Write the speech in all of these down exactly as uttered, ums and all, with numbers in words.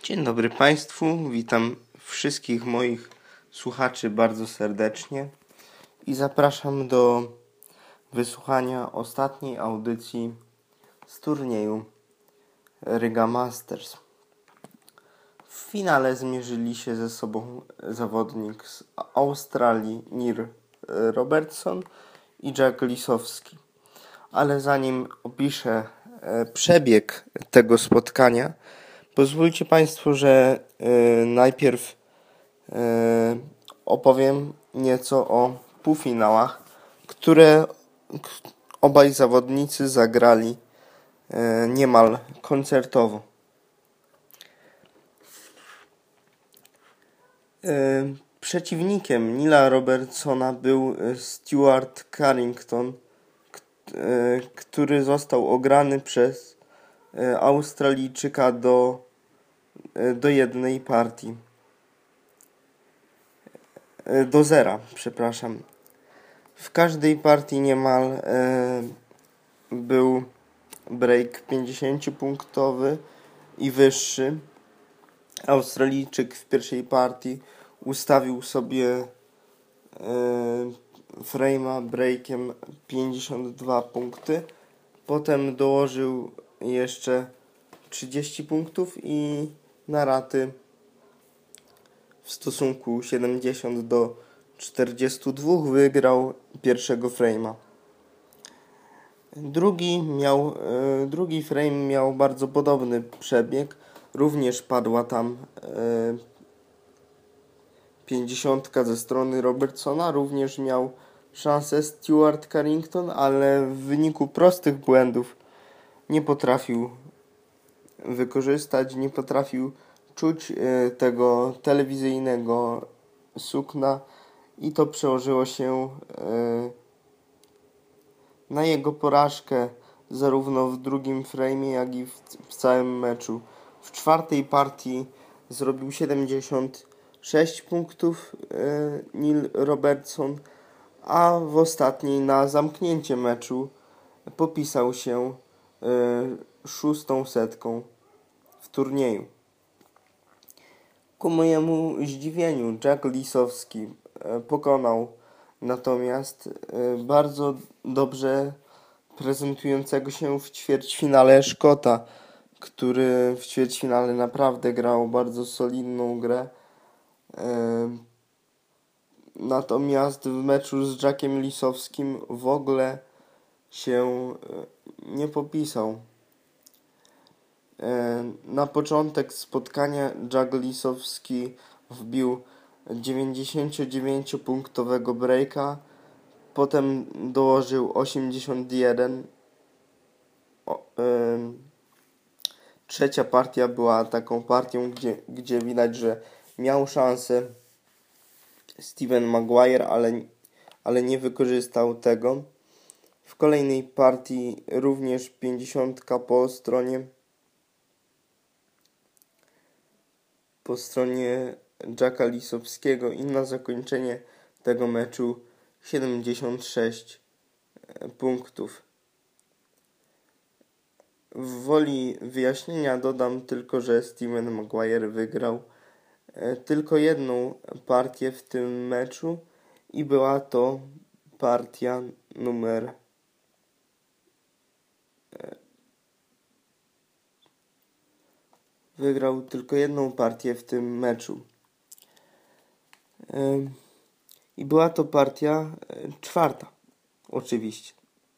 Dzień dobry Państwu, witam wszystkich moich słuchaczy bardzo serdecznie i zapraszam do wysłuchania ostatniej audycji z turnieju Riga Masters. W finale zmierzyli się ze sobą zawodnik z Australii Neil Robertson i Jack Lisowski. Ale zanim opiszę przebieg tego spotkania, pozwólcie Państwo, że y, najpierw y, opowiem nieco o półfinałach, które k- obaj zawodnicy zagrali y, niemal koncertowo. Y, przeciwnikiem Neila Robertsona był Stuart Carrington, k- y, który został ograny przez y, Australijczyka do do jednej partii. Do zera, przepraszam. W każdej partii niemal e, był break pięćdziesięciopunktowy i wyższy. Australijczyk w pierwszej partii ustawił sobie e, frame'a breakiem pięćdziesiąt dwa punkty. Potem dołożył jeszcze trzydzieści punktów i na raty w stosunku siedemdziesiąt do czterdziestu dwóch wygrał pierwszego frame'a. Drugi miał, e, drugi frame miał bardzo podobny przebieg. Również padła tam e, pięćdziesiątka ze strony Robertsona. Również miał szansę Stuart Carrington, ale w wyniku prostych błędów nie potrafił wykorzystać, nie potrafił czuć y, tego telewizyjnego sukna i to przełożyło się y, na jego porażkę zarówno w drugim frame'ie, jak i w, w całym meczu. W czwartej partii zrobił siedemdziesiąt sześć punktów y, Neil Robertson, a w ostatniej na zamknięcie meczu popisał się y, szóstą setką w turnieju. Ku mojemu zdziwieniu Jack Lisowski pokonał natomiast bardzo dobrze prezentującego się w ćwierćfinale Szkota, który w ćwierćfinale naprawdę grał bardzo solidną grę. Natomiast w meczu z Jackiem Lisowskim w ogóle się nie popisał. Na początek spotkania Jack Lisowski wbił dziewięćdziesięciodziewięciopunktowego breaka, potem dołożył osiemdziesiąt jeden. O, yy, trzecia partia była taką partią, gdzie, gdzie widać, że miał szansę Stephen Maguire, ale, ale nie wykorzystał tego. W kolejnej partii również pięćdziesiątka po stronie po stronie Jacka Lisowskiego i na zakończenie tego meczu siedemdziesiąt sześć punktów. W woli wyjaśnienia dodam tylko, że Stephen Maguire wygrał tylko jedną partię w tym meczu i była to partia numer Wygrał tylko jedną partię w tym meczu. I była to partia czwarta. Oczywiście.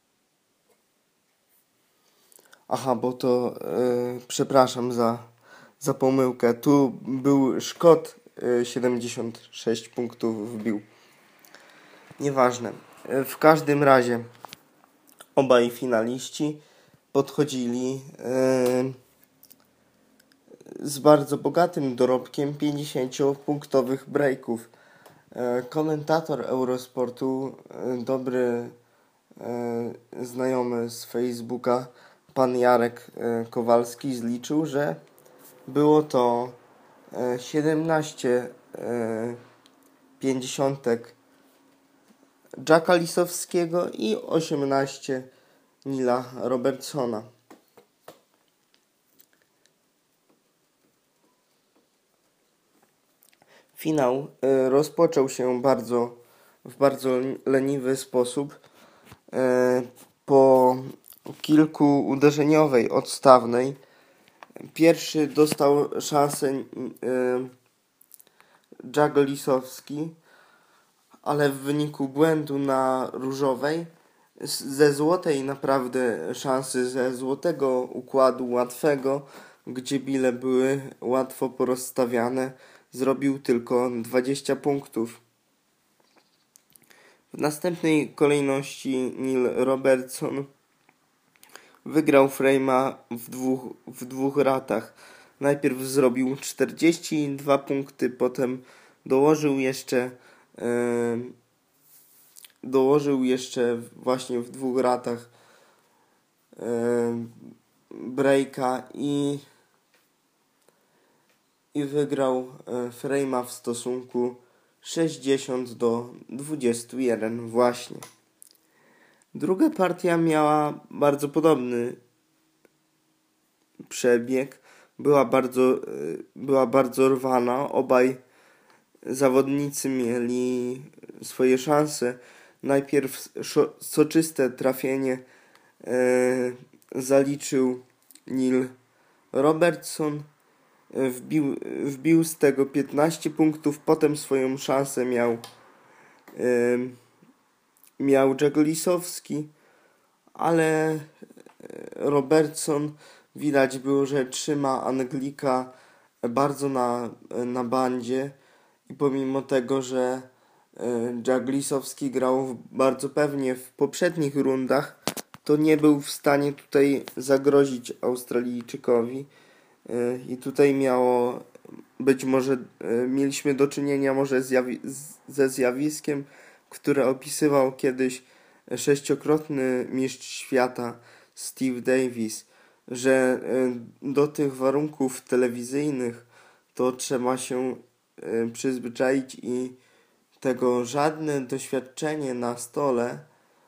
Aha, bo to yy, przepraszam za, za pomyłkę. Tu był Szkot, yy, siedemdziesiąt sześć punktów wbił. Nieważne. Yy, w każdym razie obaj finaliści podchodzili Yy, z bardzo bogatym dorobkiem pięćdziesięciopunktowych breaków. Komentator Eurosportu, dobry e, znajomy z Facebooka, pan Jarek e, Kowalski, zliczył, że było to e, siedemnaście e, pięćdziesiątek Jacka Lisowskiego i osiemnaście Neila Robertsona. Finał e, rozpoczął się bardzo, w bardzo leniwy sposób. E, po kilku uderzeniowej odstawnej pierwszy dostał szansę e, Jack Lisowski, ale w wyniku błędu na różowej ze złotej naprawdę szansy, ze złotego układu łatwego, gdzie bile były łatwo porozstawiane, zrobił tylko dwadzieścia punktów. W następnej kolejności Neil Robertson wygrał Frame'a w dwóch, w dwóch ratach. Najpierw zrobił czterdzieści dwa punkty, potem dołożył jeszcze yy, dołożył jeszcze właśnie w dwóch ratach yy, breaka i i wygrał Frame'a w stosunku sześćdziesiąt do dwudziestu jeden właśnie. Druga partia miała bardzo podobny przebieg. Była bardzo, była bardzo rwana. Obaj zawodnicy mieli swoje szanse. Najpierw soczyste trafienie e, zaliczył Neil Robertson. Wbił, wbił z tego piętnaście punktów, potem swoją szansę miał yy, miał Jack Lisowski, ale Robertson widać było, że trzyma Anglika bardzo na, na bandzie i pomimo tego, że Jack Lisowski grał bardzo pewnie w poprzednich rundach, to nie był w stanie tutaj zagrozić Australijczykowi. I tutaj miało być może, mieliśmy do czynienia może zjawi- ze zjawiskiem, które opisywał kiedyś sześciokrotny mistrz świata Steve Davis, że do tych warunków telewizyjnych to trzeba się przyzwyczaić i tego żadne doświadczenie na stole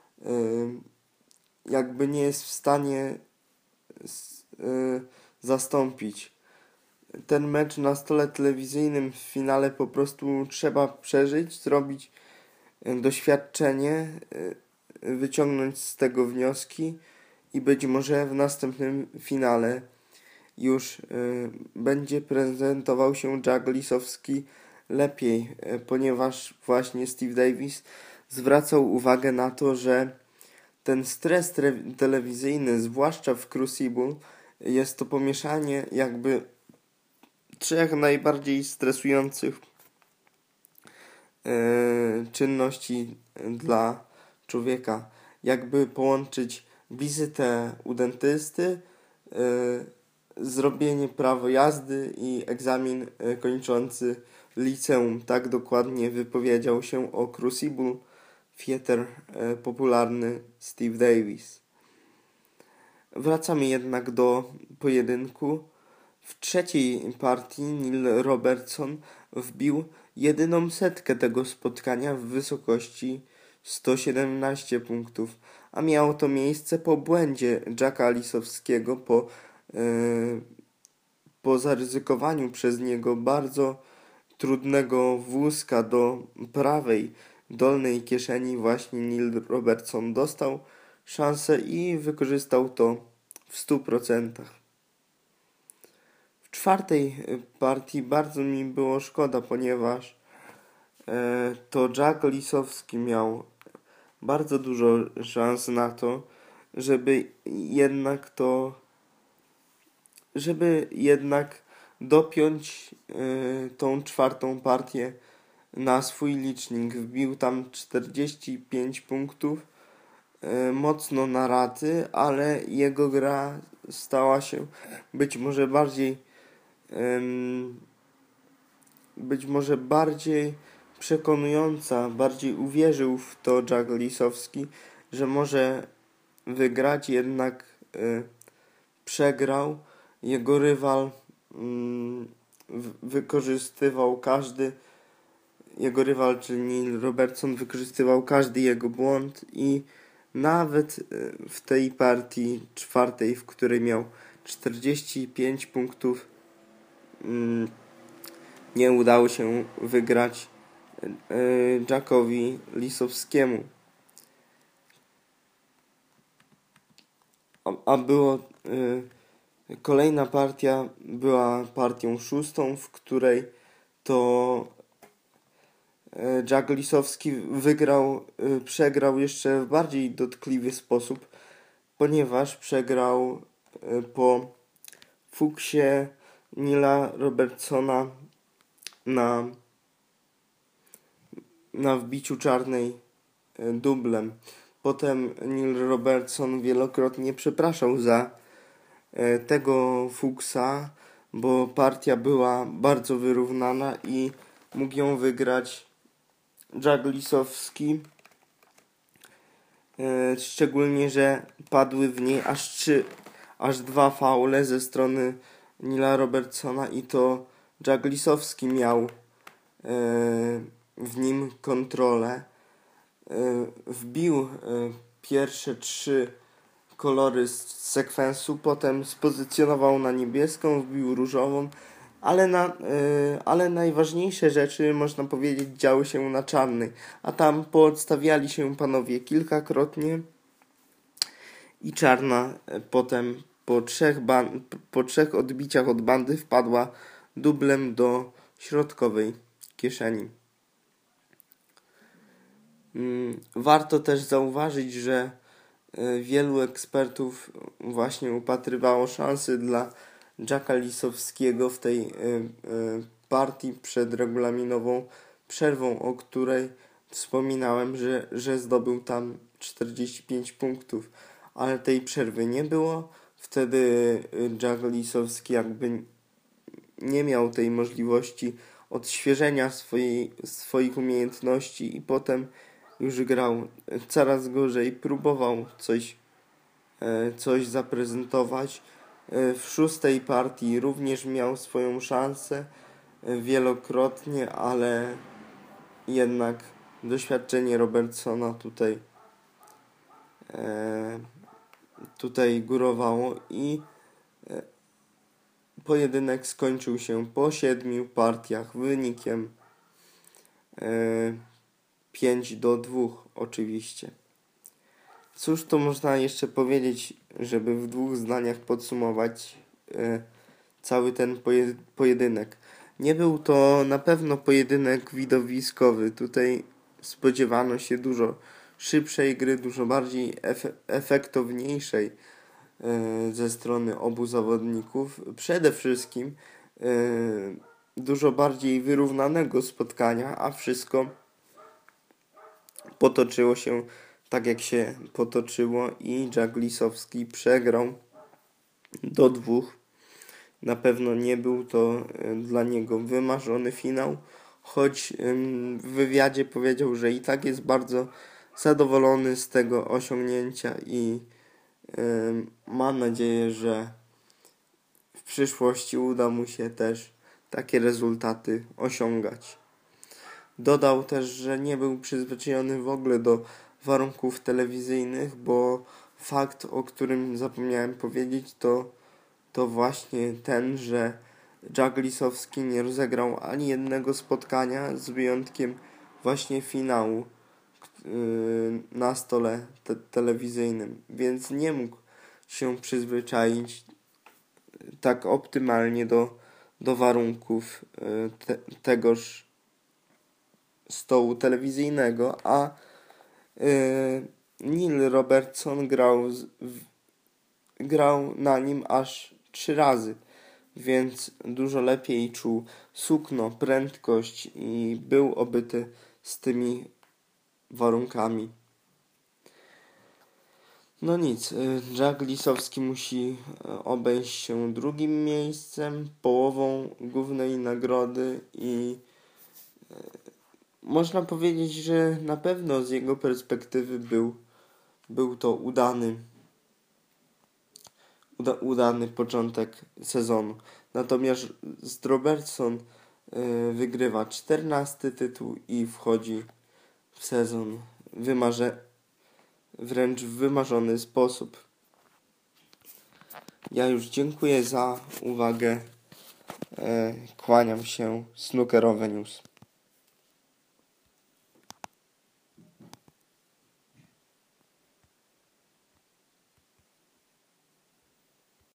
jakby nie jest w stanie zastąpić. Ten mecz na stole telewizyjnym w finale po prostu trzeba przeżyć, zrobić doświadczenie, wyciągnąć z tego wnioski i być może w następnym finale już y, będzie prezentował się Jack Lisowski lepiej, y, ponieważ właśnie Steve Davis zwracał uwagę na to, że ten stres tre- telewizyjny, zwłaszcza w Crucible, jest to pomieszanie jakby trzech najbardziej stresujących yy, czynności dla człowieka. Jakby połączyć wizytę u dentysty, yy, zrobienie prawo jazdy i egzamin yy, kończący liceum. Tak dokładnie wypowiedział się o Crucible Theatre yy, popularny Steve Davis. Wracamy jednak do pojedynku. W trzeciej partii Neil Robertson wbił jedyną setkę tego spotkania w wysokości sto siedemnaście punktów, a miało to miejsce po błędzie Jacka Lisowskiego, po, yy, po zaryzykowaniu przez niego bardzo trudnego wózka do prawej dolnej kieszeni. Właśnie Neil Robertson dostał szansę i wykorzystał to w stu procentach. W czwartej partii bardzo mi było szkoda, ponieważ e, to Jack Lisowski miał bardzo dużo szans na to, żeby jednak to, żeby jednak dopiąć e, tą czwartą partię na swój licznik. Wbił tam czterdzieści pięć punktów, e, mocno na raty, ale jego gra stała się być może bardziej być może bardziej przekonująca, bardziej uwierzył w to Jack Lisowski, że może wygrać, jednak y, przegrał. Jego rywal y, wykorzystywał każdy jego rywal, czyli Neil Robertson, wykorzystywał każdy jego błąd i nawet y, w tej partii czwartej, w której miał czterdzieści pięć punktów, nie udało się wygrać yy, Jackowi Lisowskiemu. A, a było yy, kolejna partia była partią szóstą, w której to yy, Jack Lisowski wygrał, yy, przegrał jeszcze w bardziej dotkliwy sposób, ponieważ przegrał yy, po fuksie Nila Robertsona na, na wbiciu czarnej yy, dublem. Potem Neil Robertson wielokrotnie przepraszał za e, tego fuksa, bo partia była bardzo wyrównana i mógł ją wygrać Jack Lisowski. E, szczególnie, że padły w niej aż trzy, aż dwa faule ze strony Neila Robertsona i to Jack Lisowski miał e, w nim kontrolę. Wbił pierwsze trzy kolory z sekwensu, potem spozycjonował na niebieską, wbił różową, ale, na, ale najważniejsze rzeczy, można powiedzieć, działy się na czarnej, a tam poodstawiali się panowie kilkakrotnie i czarna potem po trzech, ban- po trzech odbiciach od bandy wpadła dublem do środkowej kieszeni. Warto też zauważyć, że wielu ekspertów właśnie upatrywało szansy dla Jacka Lisowskiego w tej partii przed regulaminową przerwą, o której wspominałem, że, że zdobył tam czterdzieści pięć punktów, ale tej przerwy nie było. Wtedy Jack Lisowski jakby nie miał tej możliwości odświeżenia swojej, swoich umiejętności i potem już grał coraz gorzej, próbował coś, coś zaprezentować. W szóstej partii również miał swoją szansę wielokrotnie, ale jednak doświadczenie Robertsona tutaj, tutaj górowało i pojedynek skończył się po siedmiu partiach wynikiem pięć do dwóch oczywiście. Cóż to można jeszcze powiedzieć, żeby w dwóch zdaniach podsumować e, cały ten poje- pojedynek. Nie był to na pewno pojedynek widowiskowy. Tutaj spodziewano się dużo szybszej gry, dużo bardziej efe- efektowniejszej e, ze strony obu zawodników. Przede wszystkim e, dużo bardziej wyrównanego spotkania, a wszystko potoczyło się tak, jak się potoczyło i Jack Lisowski przegrał do dwóch. Na pewno nie był to dla niego wymarzony finał, choć w wywiadzie powiedział, że i tak jest bardzo zadowolony z tego osiągnięcia i ma nadzieję, że w przyszłości uda mu się też takie rezultaty osiągać. Dodał też, że nie był przyzwyczajony w ogóle do warunków telewizyjnych, bo fakt, o którym zapomniałem powiedzieć, to, to właśnie ten, że Jack Lisowski nie rozegrał ani jednego spotkania z wyjątkiem właśnie finału yy, na stole te- telewizyjnym, więc nie mógł się przyzwyczaić tak optymalnie do, do warunków yy, te, tegoż stołu telewizyjnego, a yy, Neil Robertson grał, z, w, grał na nim aż trzy razy, więc dużo lepiej czuł sukno, prędkość i był obyty z tymi warunkami. No nic, Jack Lisowski musi obejść się drugim miejscem, połową głównej nagrody i można powiedzieć, że na pewno z jego perspektywy był, był to udany, uda, udany początek sezonu. Natomiast Robertson y, wygrywa czternasty tytuł i wchodzi w sezon wymarze, wręcz w wymarzony sposób. Ja już dziękuję za uwagę. E, kłaniam się, snookerowe news.